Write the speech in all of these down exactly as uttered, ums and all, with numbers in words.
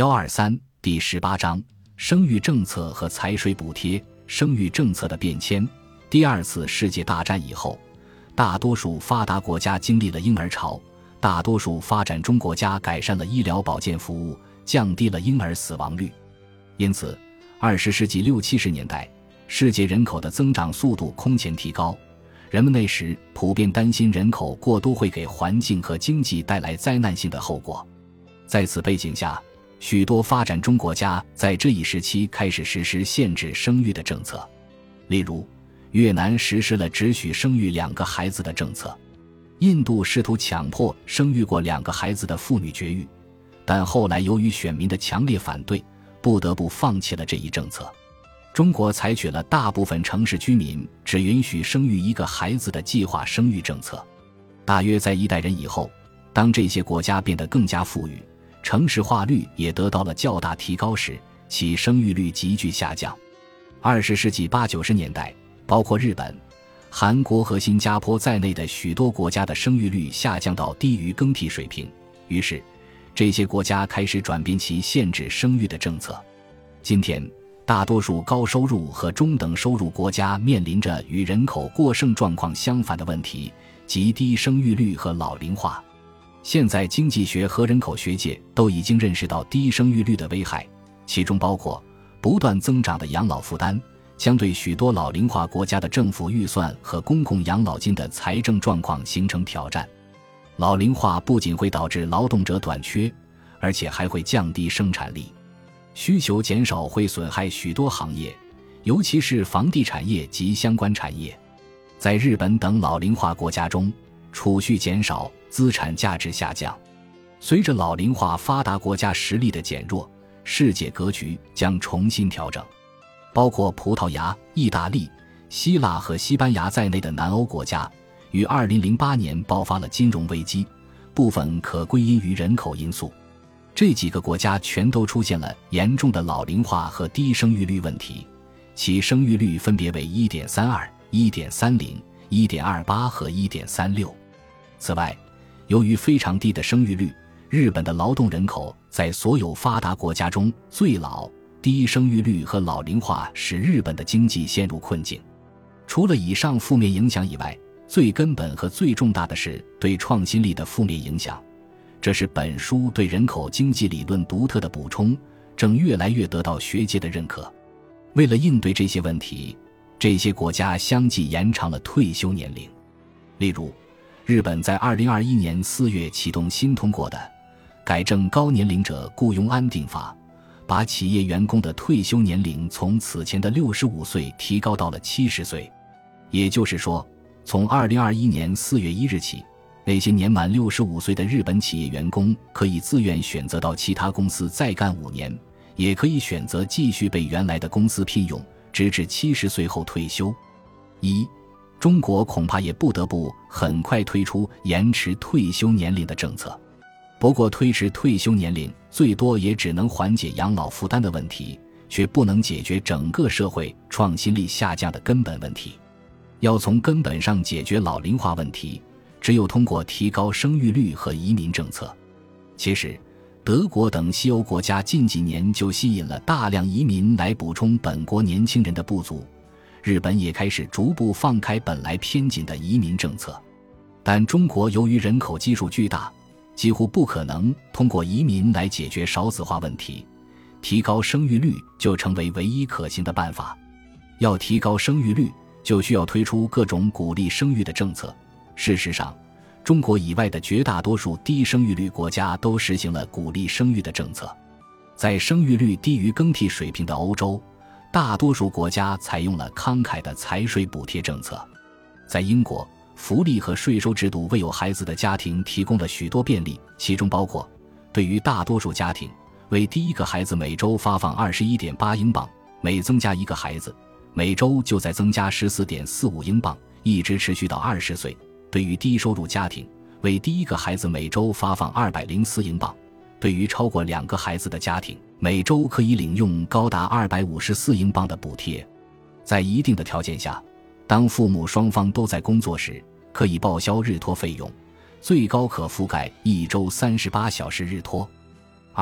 一二三第十八章生育政策和财税补贴。生育政策的变迁。第二次世界大战以后，大多数发达国家经历了婴儿潮，大多数发展中国家改善了医疗保健服务，降低了婴儿死亡率。因此二十世纪六七十年代，世界人口的增长速度空前提高，人们那时普遍担心人口过多会给环境和经济带来灾难性的后果。在此背景下，许多发展中国家在这一时期开始实施限制生育的政策。例如，越南实施了只许生育两个孩子的政策，印度试图强迫生育过两个孩子的妇女绝育，但后来由于选民的强烈反对，不得不放弃了这一政策。中国采取了大部分城市居民只允许生育一个孩子的计划生育政策。大约在一代人以后，当这些国家变得更加富裕，城市化率也得到了较大提高时，其生育率急剧下降。二十世纪八九十年代，包括日本、韩国和新加坡在内的许多国家的生育率下降到低于更替水平，于是这些国家开始转变其限制生育的政策。今天，大多数高收入和中等收入国家面临着与人口过剩状况相反的问题，即低生育率和老龄化。现在经济学和人口学界都已经认识到低生育率的危害，其中包括不断增长的养老负担将对许多老龄化国家的政府预算和公共养老金的财政状况形成挑战。老龄化不仅会导致劳动者短缺，而且还会降低生产力。需求减少会损害许多行业，尤其是房地产业及相关产业。在日本等老龄化国家中，储蓄减少，资产价值下降。随着老龄化发达国家实力的减弱，世界格局将重新调整。包括葡萄牙、意大利、希腊和西班牙在内的南欧国家于二零零八年爆发了金融危机，部分可归因于人口因素。这几个国家全都出现了严重的老龄化和低生育率问题，其生育率分别为 一点三二、一点三零、一点二八 和 一点三六。此外，由于非常低的生育率，日本的劳动人口在所有发达国家中最老，低生育率和老龄化使日本的经济陷入困境。除了以上负面影响以外，最根本和最重大的是对创新力的负面影响，这是本书对人口经济理论独特的补充，正越来越得到学界的认可。为了应对这些问题，这些国家相继延长了退休年龄。例如，日本在二零二一年四月启动新通过的改正高年龄者雇佣安定法，把企业员工的退休年龄从此前的六十五岁提高到了七十岁。也就是说，从二零二一年四月一日起，那些年满六十五岁的日本企业员工可以自愿选择到其他公司再干五年，也可以选择继续被原来的公司聘用，直至七十岁后退休。一中国恐怕也不得不很快推出延迟退休年龄的政策。不过推迟退休年龄最多也只能缓解养老负担的问题，却不能解决整个社会创新力下降的根本问题。要从根本上解决老龄化问题，只有通过提高生育率和移民政策。其实，德国等西欧国家近几年就吸引了大量移民来补充本国年轻人的不足，日本也开始逐步放开本来偏紧的移民政策。但中国由于人口基数巨大，几乎不可能通过移民来解决少子化问题，提高生育率就成为唯一可行的办法。要提高生育率，就需要推出各种鼓励生育的政策。事实上，中国以外的绝大多数低生育率国家都实行了鼓励生育的政策。在生育率低于更替水平的欧洲，大多数国家采用了慷慨的财税补贴政策。在英国，福利和税收制度为有孩子的家庭提供了许多便利，其中包括对于大多数家庭，为第一个孩子每周发放 二十一点八英镑，每增加一个孩子，每周就再增加 十四点四五英镑，一直持续到二十岁。对于低收入家庭，为第一个孩子每周发放二百零四英镑，对于超过两个孩子的家庭，每周可以领用高达二百五十四英镑的补贴。在一定的条件下，当父母双方都在工作时，可以报销日托费用，最高可覆盖一周三十八小时日托。二、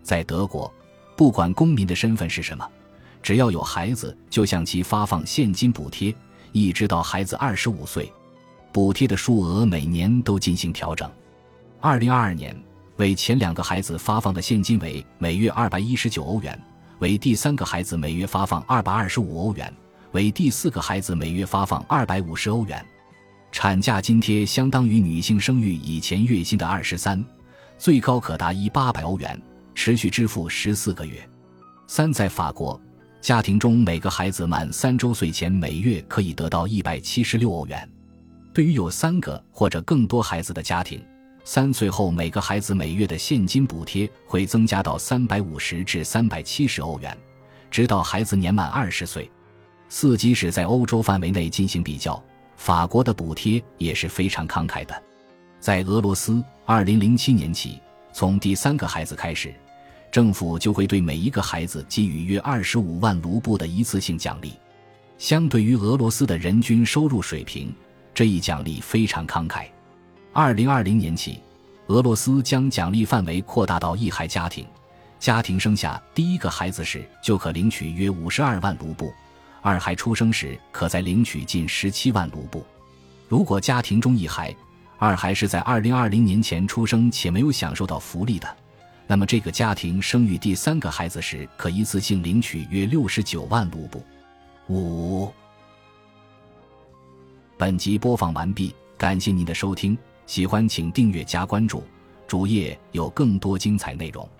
在德国，不管公民的身份是什么，只要有孩子就向其发放现金补贴，一直到孩子二十五岁。补贴的数额每年都进行调整。二零二二年为前两个孩子发放的现金为每月二百一十九欧元，为第三个孩子每月发放二百二十五欧元，为第四个孩子每月发放二百五十欧元。产假津贴相当于女性生育以前月薪的二十三，最高可达一八百欧元，持续支付十四个月。三在法国，家庭中每个孩子满三周岁前每月可以得到一百七十六欧元。对于有三个或者更多孩子的家庭，三岁后每个孩子每月的现金补贴会增加到三百五十至三百七十欧元，直到孩子年满二十岁。四即使在欧洲范围内进行比较，法国的补贴也是非常慷慨的。在俄罗斯，二零零七年起，从第三个孩子开始，政府就会对每一个孩子给予约二十五万卢布的一次性奖励。相对于俄罗斯的人均收入水平，这一奖励非常慷慨。二零二零年起，俄罗斯将奖励范围扩大到一孩家庭，家庭生下第一个孩子时就可领取约五十二万卢布，二孩出生时可再领取近十七万卢布。如果家庭中一孩、二孩是在二零二零年前出生且没有享受到福利的，那么这个家庭生育第三个孩子时可一次性领取约六十九万卢布。五本集播放完毕，感谢您的收听，喜欢请订阅加关注，主页有更多精彩内容。